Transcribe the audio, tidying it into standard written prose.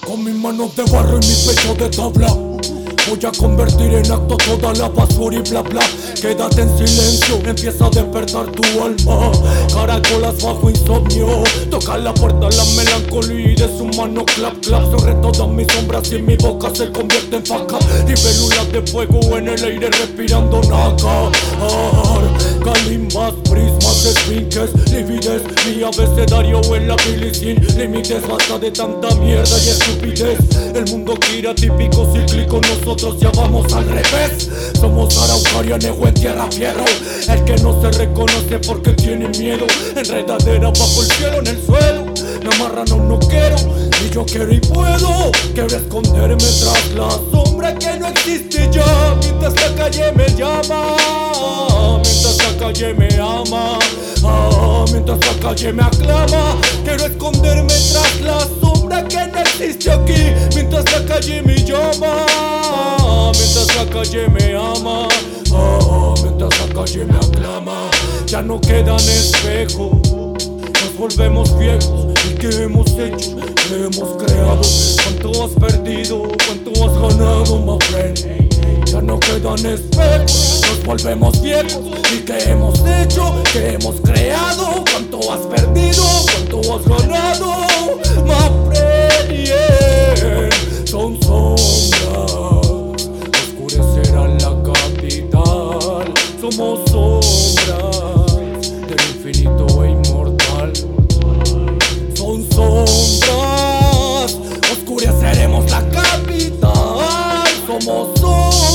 Con mis manos de barro y mi pecho de tabla voy a convertir en acto toda la basura y bla bla. Quédate en silencio, empieza a despertar tu alma. Caracolas bajo insomnio, toca la puerta la melancolía y de su mano clap clap. Sobre todas mis sombras y en mi boca se convierte en faca. Libélulas de fuego en el aire respirando nácar. Calimbas, prismas, esfinges, lividez. Mi abecedario en la bilis sin límites. Basta de tanta mierda y estupidez. El mundo gira típico cíclico, nosotros ya vamos al revés. Somos Araucaria, Nego en tierra fierro. El que no se reconoce porque tiene miedo. Enredadera bajo el cielo, en el suelo. Me amarran a un noquero y yo quiero y puedo. Quiero esconderme tras la sombra que no existe ya. Mientras la calle me llama, mientras la calle me ama, mientras la calle me aclama. Quiero esconderme tras la sombra que no existe aquí. Mientras la calle me llama, mientras la calle me ama, mientras la calle me aclama. Ya no quedan espejos, nos volvemos viejos. ¿Y qué hemos hecho? ¿Qué hemos creado? ¿Cuánto has perdido? ¿Cuánto has ganado, my friend? Ya no quedan espejos, nos volvemos viejos. ¿Y qué hemos hecho? ¿Qué hemos creado? ¿Cuánto has perdido? ¿Cuánto has ganado, my friend? Yeah. Son sombras, oscurecerán la capital. Somos sombras del infinito e inmortal. Son sombras, oscureceremos la capital. Somos sombras